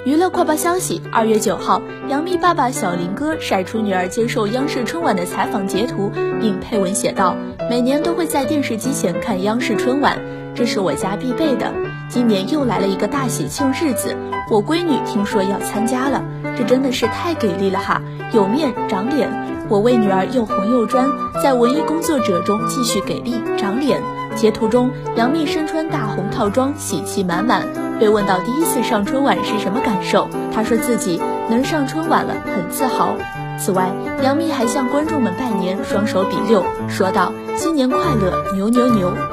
娱乐快报消息，2月9号，杨幂爸爸小林哥晒出女儿接受央视春晚的采访截图，并配文写道：“每年都会在电视机前看央视春晚，这是我家必备的。今年又来了一个大喜庆日子，我闺女听说要参加了，这真的是太给力了哈，有面长脸。我为女儿又红又专，在文艺工作者中继续给力长脸。”截图中，杨幂身穿大红套装，喜气满满。被问到第一次上春晚是什么感受，她说自己能上春晚了，很自豪。此外，杨幂还向观众们拜年，双手比6，说道：“新年快乐，牛牛牛。”